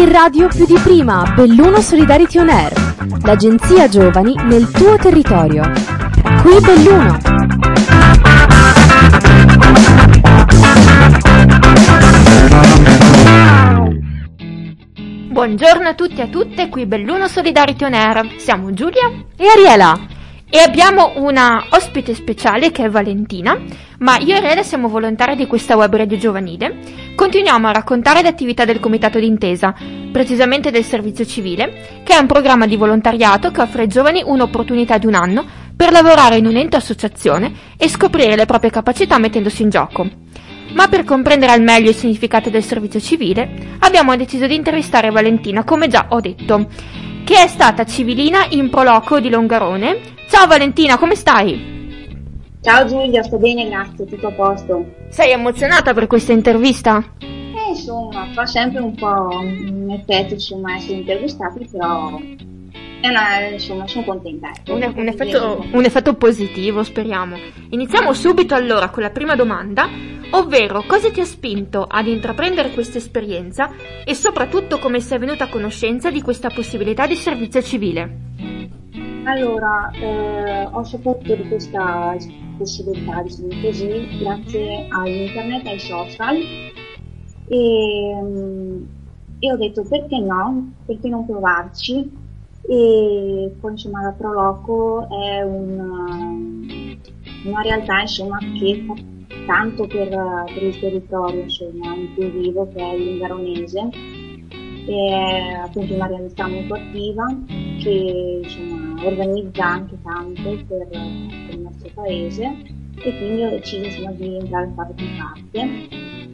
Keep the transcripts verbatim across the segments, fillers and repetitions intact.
in radio più di prima, Belluno Solidarity On Air, l'agenzia giovani nel tuo territorio. Qui Belluno. Buongiorno a tutti e a tutte, qui Belluno Solidarity On Air. Siamo Giulia e Ariela e abbiamo una ospite speciale che è Valentina, ma io e Ariela siamo volontari di questa web radio giovanile. Continuiamo a raccontare le attività del Comitato d'Intesa, precisamente del Servizio Civile, che è un programma di volontariato che offre ai giovani un'opportunità di un anno per lavorare in un ente associazione e scoprire le proprie capacità mettendosi in gioco. Ma per comprendere al meglio il significato del servizio civile, abbiamo deciso di intervistare Valentina, come già ho detto, che è stata civilina in Proloco di Longarone. Ciao Valentina, come stai? Ciao Giulia, sto bene, grazie, tutto a posto. Sei emozionata per questa intervista? Eh, insomma, fa sempre un po' un effetto, insomma, essere intervistati, però... È una, insomma, sono contenta. Ecco. Un, un, effetto, un effetto positivo, speriamo. Iniziamo subito allora con la prima domanda, ovvero cosa ti ha spinto ad intraprendere questa esperienza e soprattutto come sei venuta a conoscenza di questa possibilità di servizio civile? Allora, eh, ho saputo di questa possibilità, diciamo così, grazie all'internet e ai social e, e ho detto perché no, perché non provarci. E poi insomma la Proloco è un, una realtà insomma che fa tanto per, per il territorio insomma in cui vivo, che è il Longaronese, e è appunto una realtà molto attiva che insomma organizza anche tanto per, per il nostro paese, e quindi ho deciso insomma di entrare a fare più parte.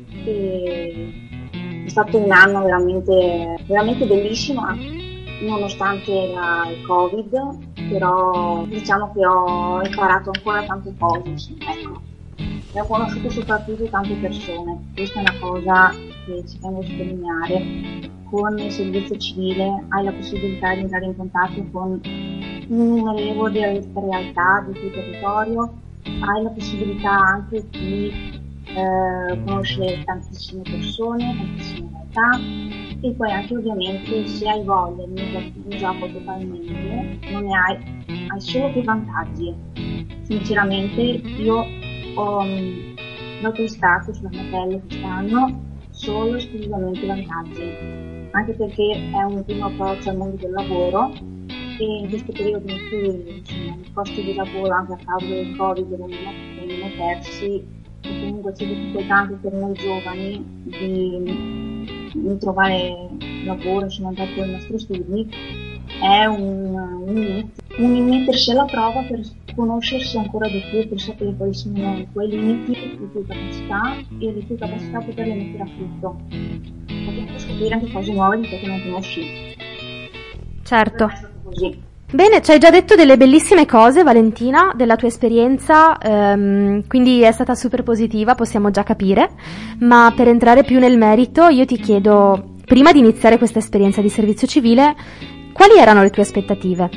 E è stato un anno veramente, veramente bellissimo, nonostante la, il Covid, però diciamo che ho imparato ancora tante cose, insomma, ecco. E ho conosciuto soprattutto tante persone, questa è una cosa che ci tengo a sottolineare. Con il servizio civile hai la possibilità di entrare in contatto con innumerevoli realtà di tuo territorio, hai la possibilità anche di eh, conoscere tantissime persone, tantissime realtà. E poi anche ovviamente se hai voglia di metterti in gioco totalmente non ne hai, hai solo più vantaggi. Sinceramente io ho l'ho testato sulla mia pelle quest'anno, solo esclusivamente vantaggi, anche perché è un primo approccio al mondo del lavoro e in questo periodo in cui insomma, i costi di lavoro anche a causa del Covid vengono persi e comunque c'è difficoltà anche per noi giovani di di trovare lavoro, insomma, dopo i nostri studi, è un, un, un mettersi alla prova per conoscersi ancora di più, per sapere quali sono i tuoi limiti, le tue capacità e le tue capacità poterle mettere a frutto, per scoprire anche cose nuove di te che non conosci. Certo. Così. Bene, ci hai già detto delle bellissime cose, Valentina, della tua esperienza, ehm, quindi è stata super positiva, possiamo già capire, ma per entrare più nel merito io ti chiedo, prima di iniziare questa esperienza di servizio civile, quali erano le tue aspettative?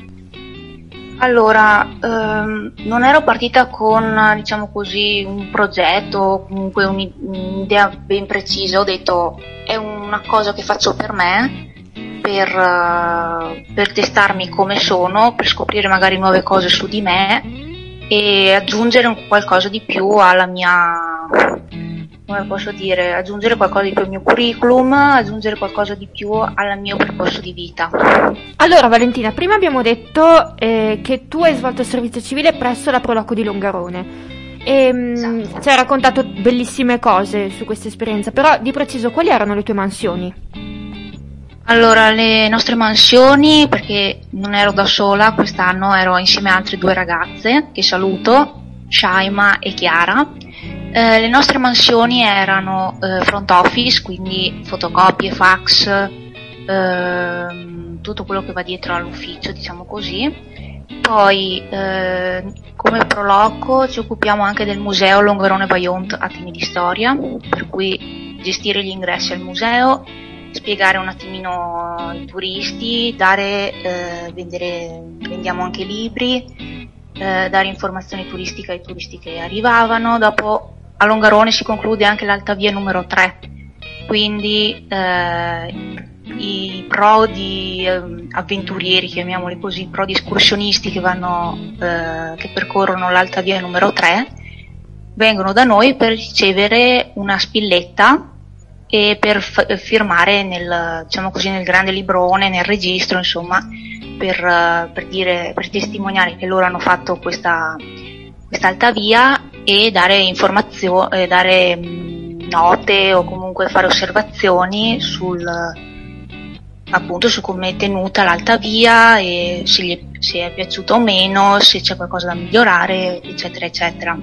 Allora, ehm, non ero partita con, diciamo così, un progetto, comunque un'idea ben precisa, ho detto è una cosa che faccio per me, Per, uh, per testarmi come sono, per scoprire magari nuove cose su di me e aggiungere un qualcosa di più alla mia, come posso dire, aggiungere qualcosa di più al mio curriculum, aggiungere qualcosa di più al mio percorso di vita. Allora Valentina, prima abbiamo detto eh, che tu hai svolto il servizio civile presso la Proloco di Longarone e esatto. Ci hai raccontato bellissime cose su questa esperienza, però di preciso quali erano le tue mansioni? Allora, le nostre mansioni, perché non ero da sola, quest'anno ero insieme a altre due ragazze, che saluto, Shaima e Chiara. Eh, le nostre mansioni erano eh, front office, quindi fotocopie, fax, eh, tutto quello che va dietro all'ufficio, diciamo così. Poi, eh, come Proloco, ci occupiamo anche del museo Longarone Vajont a Temi di Storia, per cui gestire gli ingressi al museo, spiegare un attimino i turisti, dare, eh, vendere, vendiamo anche libri, eh, dare informazioni turistiche ai turisti che arrivavano. Dopo a Longarone si conclude anche l'alta via numero tre, quindi eh, i pro di eh, avventurieri, chiamiamoli così, pro di escursionisti che vanno eh, che percorrono l'Alta Via numero tre, vengono da noi per ricevere una spilletta e per f- firmare nel, diciamo così, nel grande librone, nel registro, insomma, per, uh, per dire, per testimoniare che loro hanno fatto questa quest'alta via e dare informazioni, dare mh, note o comunque fare osservazioni sul appunto su come è tenuta l'alta via e se gli è, se è piaciuta o meno, se c'è qualcosa da migliorare, eccetera eccetera.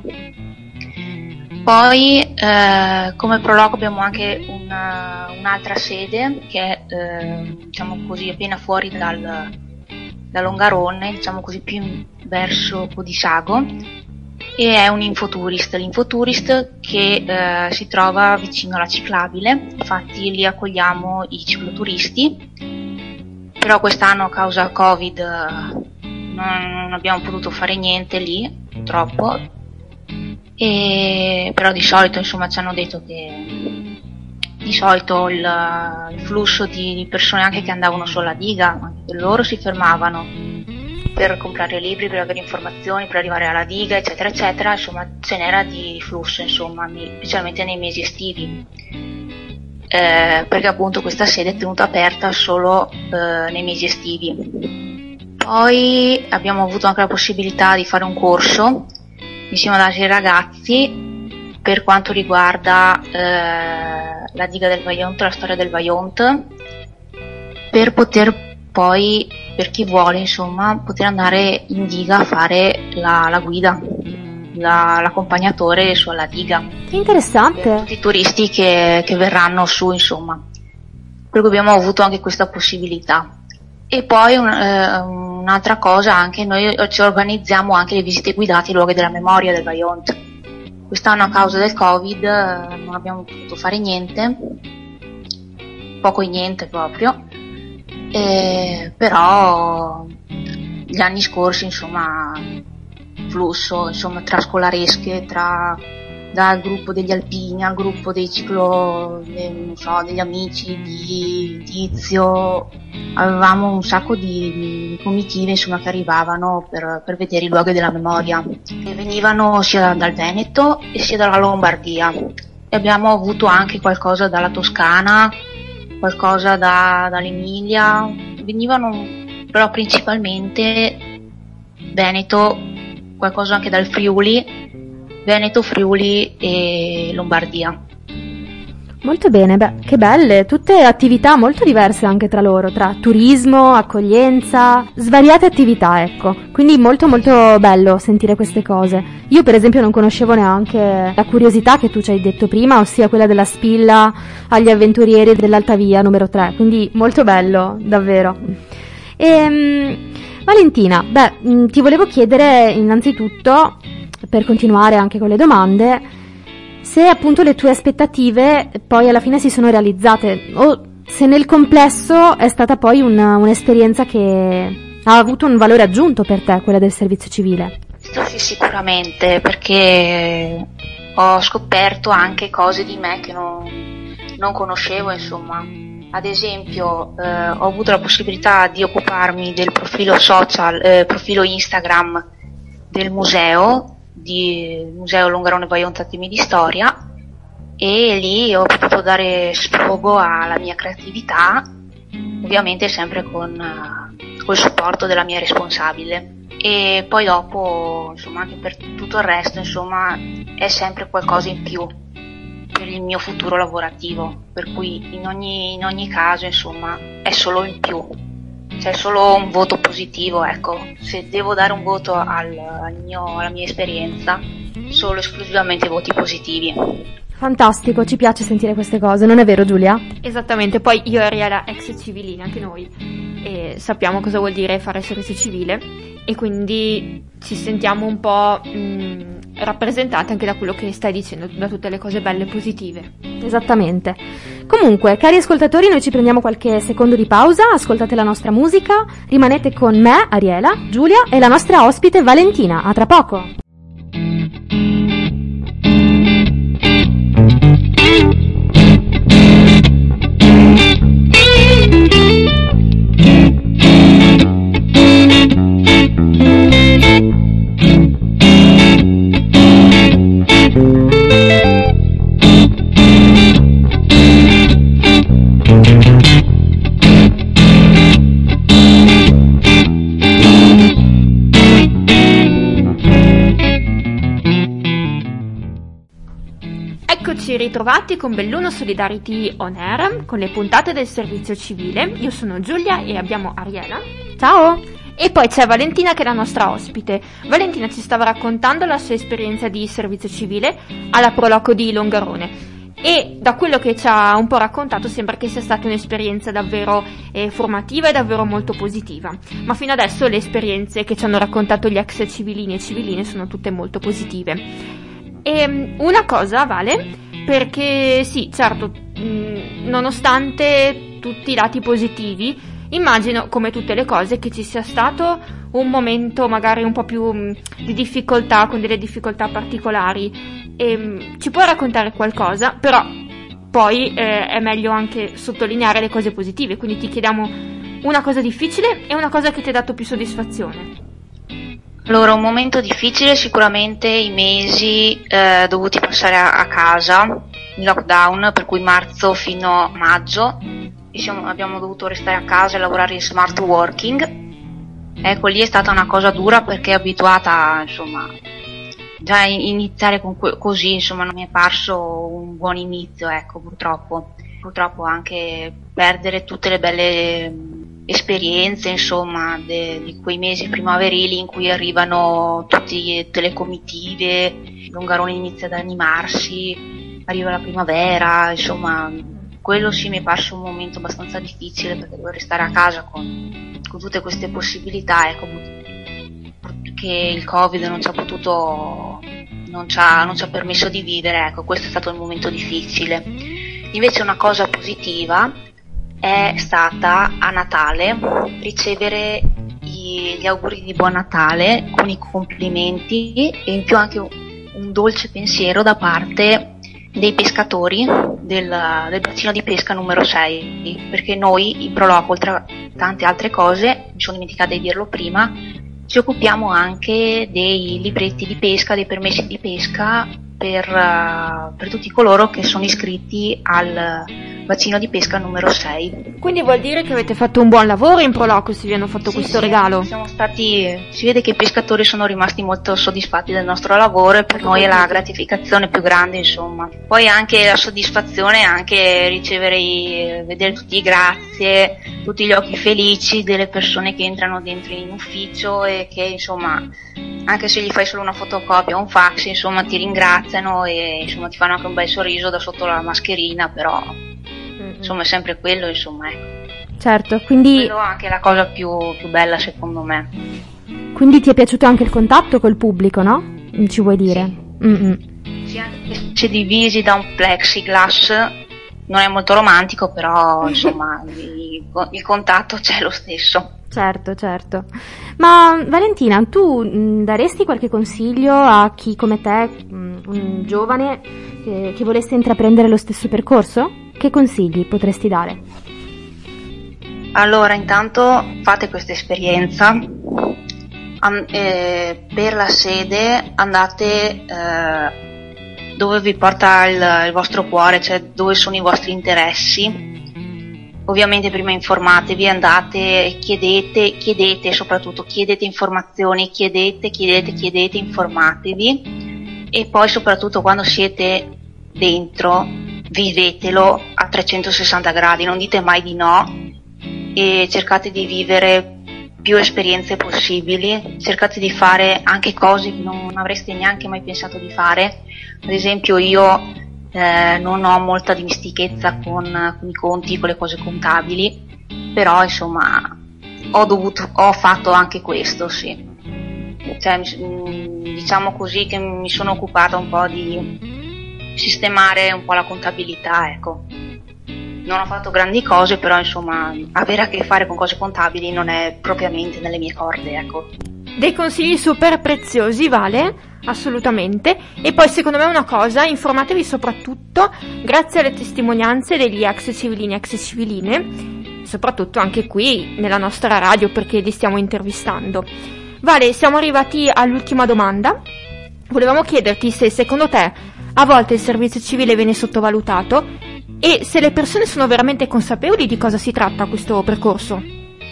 Poi eh, come prologo abbiamo anche una, un'altra sede che è eh, diciamo così appena fuori dal, da Longarone, diciamo così più verso Podissago, e è un infotourist, l'infotourist che eh, si trova vicino alla ciclabile. Infatti lì accogliamo i cicloturisti, però quest'anno a causa Covid non, non abbiamo potuto fare niente lì purtroppo. E però di solito insomma ci hanno detto che di solito il, il flusso di, di persone anche che andavano sulla diga, anche loro si fermavano per comprare libri, per avere informazioni, per arrivare alla diga, eccetera eccetera, insomma ce n'era di flusso, insomma, specialmente nei mesi estivi, eh, perché appunto questa sede è tenuta aperta solo eh, nei mesi estivi. Poi abbiamo avuto anche la possibilità di fare un corso insieme ad altri ragazzi per quanto riguarda eh, la diga del Vajont, la storia del Vajont, per poter poi, per chi vuole insomma, poter andare in diga a fare la, la guida, la, l'accompagnatore sulla diga. Che interessante! Per tutti i turisti che, che verranno su, insomma. Per cui abbiamo avuto anche questa possibilità. E poi un, eh, un'altra cosa, anche noi ci organizziamo anche le visite guidate ai luoghi della memoria del Vajont. Quest'anno a causa del Covid eh, non abbiamo potuto fare niente, poco e niente proprio, eh, però gli anni scorsi insomma flusso insomma tra scolaresche, tra dal gruppo degli alpini al gruppo dei ciclo, eh, non so, degli amici di Tizio, avevamo un sacco di, di comitive insomma che arrivavano per, per vedere i luoghi della memoria, e venivano sia dal Veneto e sia dalla Lombardia, e abbiamo avuto anche qualcosa dalla Toscana, qualcosa da, dall'Emilia, venivano però principalmente Veneto, qualcosa anche dal Friuli, Veneto, Friuli e Lombardia. Molto bene, beh, che belle, tutte attività molto diverse anche tra loro, tra turismo, accoglienza, svariate attività, ecco. Quindi molto molto bello sentire queste cose. Io per esempio non conoscevo neanche la curiosità che tu ci hai detto prima, ossia quella della spilla agli avventurieri dell'Alta Via numero tre, quindi molto bello, davvero. E, Valentina, beh, ti volevo chiedere innanzitutto, per continuare anche con le domande, se appunto le tue aspettative poi alla fine si sono realizzate, o se nel complesso è stata poi una, un'esperienza che ha avuto un valore aggiunto per te, quella del servizio civile. Questo sì, sicuramente, perché ho scoperto anche cose di me che non, non conoscevo, insomma. Ad esempio eh, ho avuto la possibilità di occuparmi del profilo social, eh, profilo Instagram del museo, di Museo Longarone Vajont Attimi di Storia, e lì ho potuto dare sfogo alla mia creatività, ovviamente sempre con uh, col supporto della mia responsabile. E poi dopo, insomma, anche per tutto il resto, insomma, è sempre qualcosa in più per il mio futuro lavorativo, per cui in ogni, in ogni caso, insomma, è solo in più. C'è solo un voto positivo, ecco. Se devo dare un voto al, al mio, alla mia esperienza, solo esclusivamente voti positivi. Fantastico, ci piace sentire queste cose, non è vero Giulia? Esattamente, poi io e Ariela ex civilini, anche noi, e sappiamo cosa vuol dire fare il servizio civile, e quindi ci sentiamo un po' mh, rappresentate anche da quello che stai dicendo, da tutte le cose belle e positive. Esattamente. Comunque, cari ascoltatori, noi ci prendiamo qualche secondo di pausa, ascoltate la nostra musica, rimanete con me, Ariela, Giulia e la nostra ospite Valentina. A tra poco! ritrovati con Belluno Solidarity On Air, con le puntate del servizio civile. Io sono Giulia e abbiamo Ariela. Ciao! E poi c'è Valentina che è la nostra ospite. Valentina ci stava raccontando la sua esperienza di servizio civile alla Proloco di Longarone. E da quello che ci ha un po' raccontato sembra che sia stata un'esperienza davvero eh, formativa e davvero molto positiva. Ma fino adesso le esperienze che ci hanno raccontato gli ex civilini e civiline sono tutte molto positive. E una cosa vale, perché sì, certo, mh, nonostante tutti i lati positivi, immagino, come tutte le cose, che ci sia stato un momento magari un po' più mh, di difficoltà, con delle difficoltà particolari. E, mh, ci puoi raccontare qualcosa, però poi eh, è meglio anche sottolineare le cose positive, quindi ti chiediamo una cosa difficile e una cosa che ti ha dato più soddisfazione. Allora, un momento difficile sicuramente i mesi eh, dovuti passare a, a casa, in lockdown, per cui marzo fino a maggio, e siamo, abbiamo dovuto restare a casa e lavorare in smart working. Ecco, lì è stata una cosa dura perché abituata, insomma, già iniziare con que- così, insomma, non mi è parso un buon inizio, ecco, purtroppo. Purtroppo anche perdere tutte le belle esperienze, insomma, de, di quei mesi primaverili in cui arrivano tutti, tutte le comitive, Longarone inizia ad animarsi, arriva la primavera, insomma, quello sì mi è parso un momento abbastanza difficile perché dover restare a casa con, con tutte queste possibilità, ecco, che il Covid non ci ha potuto, non ci ha, non ci ha permesso di vivere, ecco, questo è stato il momento difficile. Invece una cosa positiva è stata a Natale ricevere i, gli auguri di Buon Natale con i complimenti e in più anche un, un dolce pensiero da parte dei pescatori del, del bacino di pesca numero sei, perché noi in Proloco, oltre a tante altre cose, mi sono dimenticata di dirlo prima, ci occupiamo anche dei libretti di pesca, dei permessi di pesca per, uh, per tutti coloro che sono iscritti al bacino di pesca numero sei. Quindi vuol dire che avete fatto un buon lavoro in Proloco se vi hanno fatto sì, questo sì, regalo? Siamo stati, si vede che i pescatori sono rimasti molto soddisfatti del nostro lavoro e per noi è la gratificazione più grande, insomma. Poi anche la soddisfazione, anche ricevere i, vedere tutti i grazie, tutti gli occhi felici delle persone che entrano dentro in ufficio e che, insomma, anche se gli fai solo una fotocopia o un fax, insomma, ti ringraziano e, insomma, ti fanno anche un bel sorriso da sotto la mascherina, però insomma è sempre quello, insomma, ecco. Certo, quindi quello è anche la cosa più, più bella secondo me. Quindi ti è piaciuto anche il contatto col pubblico, no? Ci vuoi dire? Sì, sì, anche se si è divisi da un plexiglass, non è molto romantico, però insomma il, il contatto c'è lo stesso. Certo, certo. Ma Valentina, tu mh, daresti qualche consiglio a chi come te, mh, un giovane che, che volesse intraprendere lo stesso percorso? Che consigli potresti dare? Allora, intanto fate questa esperienza. An- eh, per la sede andate eh, dove vi porta il, il vostro cuore, cioè dove sono i vostri interessi. Ovviamente prima informatevi, andate, chiedete, chiedete, soprattutto chiedete informazioni, chiedete, chiedete, chiedete, informatevi e poi soprattutto quando siete dentro vivetelo a trecentosessanta gradi, non dite mai di no e cercate di vivere più esperienze possibili, cercate di fare anche cose che non avreste neanche mai pensato di fare. Ad esempio io eh, non ho molta dimestichezza con, con i conti, con le cose contabili, però insomma ho dovuto, ho fatto anche questo, sì. Cioè, diciamo così che mi sono occupata un po' di sistemare un po' la contabilità, ecco. Non ho fatto grandi cose, però insomma avere a che fare con cose contabili non è propriamente nelle mie corde, ecco. Dei consigli super preziosi, Vale, assolutamente. E poi secondo me una cosa, informatevi soprattutto grazie alle testimonianze degli ex civilini e ex civiline, soprattutto anche qui nella nostra radio perché li stiamo intervistando. Vale, siamo arrivati all'ultima domanda. Volevamo chiederti se secondo te a volte il servizio civile viene sottovalutato e se le persone sono veramente consapevoli di cosa si tratta questo percorso.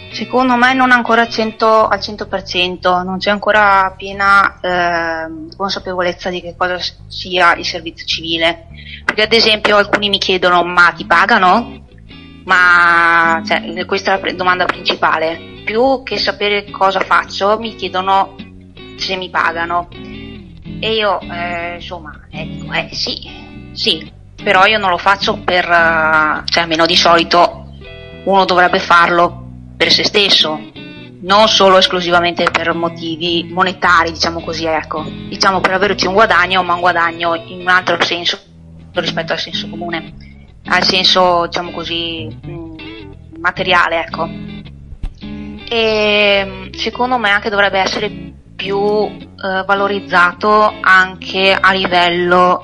Secondo me non ancora al cento al cento per cento, non c'è ancora piena eh, consapevolezza di che cosa sia il servizio civile, perché ad esempio alcuni mi chiedono: ma ti pagano? Ma cioè, questa è la domanda principale. Più che sapere cosa faccio, mi chiedono se mi pagano, e io eh, insomma eh, dico eh sì, sì, però io non lo faccio per, uh, cioè almeno di solito uno dovrebbe farlo per se stesso, non solo esclusivamente per motivi monetari, diciamo così, ecco, diciamo per averci un guadagno, ma un guadagno in un altro senso rispetto al senso comune, al senso, diciamo così, mh, materiale, ecco. E secondo me anche dovrebbe essere più eh, valorizzato anche a livello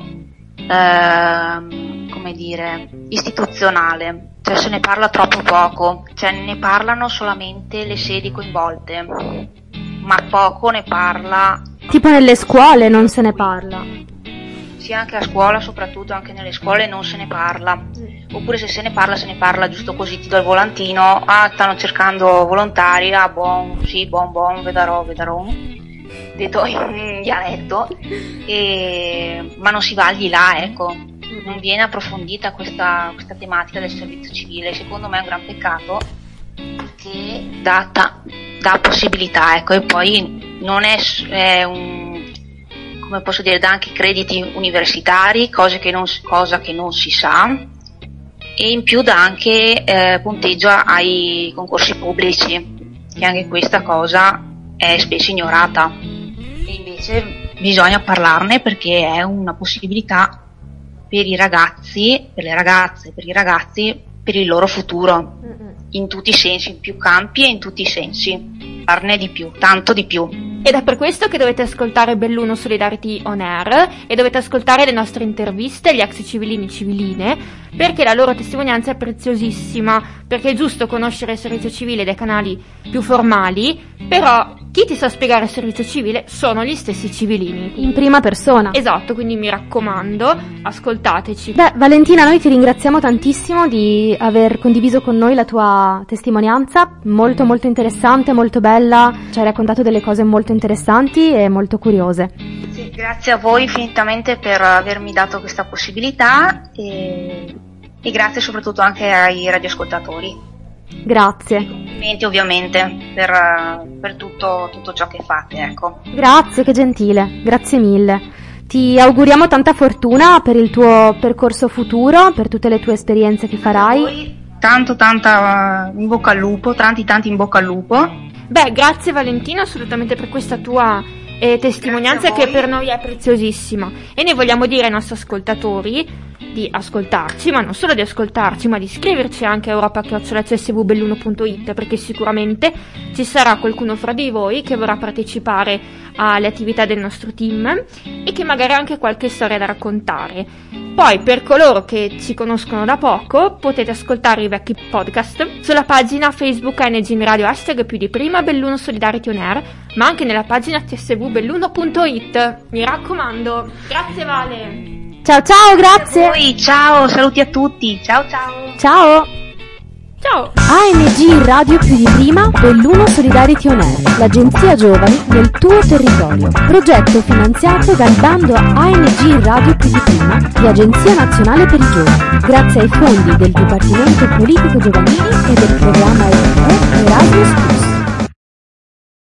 eh, come dire, istituzionale, cioè se ne parla troppo poco, cioè ne parlano solamente le sedi coinvolte, ma poco ne parla. Tipo nelle scuole non se ne parla. Sì, anche a scuola, soprattutto anche nelle scuole non se ne parla, oppure se se ne parla se ne parla giusto così, ti do il volantino, ah stanno cercando volontari, ah buon, sì, buon buon, vedarò, vedarò, detto in dialetto, e, ma non si va al di là, ecco, non viene approfondita questa, questa tematica del servizio civile. Secondo me è un gran peccato, che dà, ta, dà possibilità, ecco, e poi non è, è un, come posso dire, dà anche crediti universitari, cose che non, cosa che non si sa, e in più dà anche eh, punteggio ai concorsi pubblici, che anche questa cosa è spesso ignorata, e invece bisogna parlarne perché è una possibilità per i ragazzi, per le ragazze, per i ragazzi, per il loro futuro, in tutti i sensi, in più campi e in tutti i sensi, parne di più, tanto di più. Ed è per questo che dovete ascoltare Belluno Solidarity On Air e dovete ascoltare le nostre interviste agli ex civilini civiline, perché la loro testimonianza è preziosissima, perché è giusto conoscere il servizio civile dai canali più formali, però chi ti sa spiegare il servizio civile sono gli stessi civilini. In prima persona. Esatto, quindi mi raccomando, ascoltateci. Beh, Valentina, noi ti ringraziamo tantissimo di aver condiviso con noi la tua testimonianza, molto molto interessante, molto bella, ci hai raccontato delle cose molto interessanti e molto curiose. Sì, grazie a voi infinitamente per avermi dato questa possibilità e, e grazie soprattutto anche ai radioascoltatori. Grazie. Complimenti ovviamente per, per tutto, tutto ciò che fate, ecco. Grazie, che gentile, grazie mille. Ti auguriamo tanta fortuna per il tuo percorso futuro, per tutte le tue esperienze che farai. Voi, tanto tanta in bocca al lupo, tanti tanti in bocca al lupo. Beh, grazie Valentina assolutamente per questa tua eh, testimonianza che per noi è preziosissima, e ne vogliamo dire ai nostri ascoltatori di ascoltarci, ma non solo di ascoltarci, ma di iscriverci anche a europa chiocciola c s v belluno punto it, perché sicuramente ci sarà qualcuno fra di voi che vorrà partecipare alle attività del nostro team e che magari ha anche qualche storia da raccontare. Poi, per coloro che ci conoscono da poco, potete ascoltare i vecchi podcast sulla pagina Facebook A N G in Radio hashtag più di prima Belluno Solidarity On Air, ma anche nella pagina c s v belluno punto it. Mi raccomando. Grazie Vale. Ciao ciao, grazie. A voi, ciao, saluti a tutti. Ciao ciao. Ciao. Ciao. A N G Radio più di prima Belluno Solidarity On Air, l'agenzia giovani nel tuo territorio. Progetto finanziato dal bando A N G Radio più di prima di Agenzia Nazionale per i Giovani, grazie ai fondi del Dipartimento Politico Giovanili e del programma Erasmus Plus.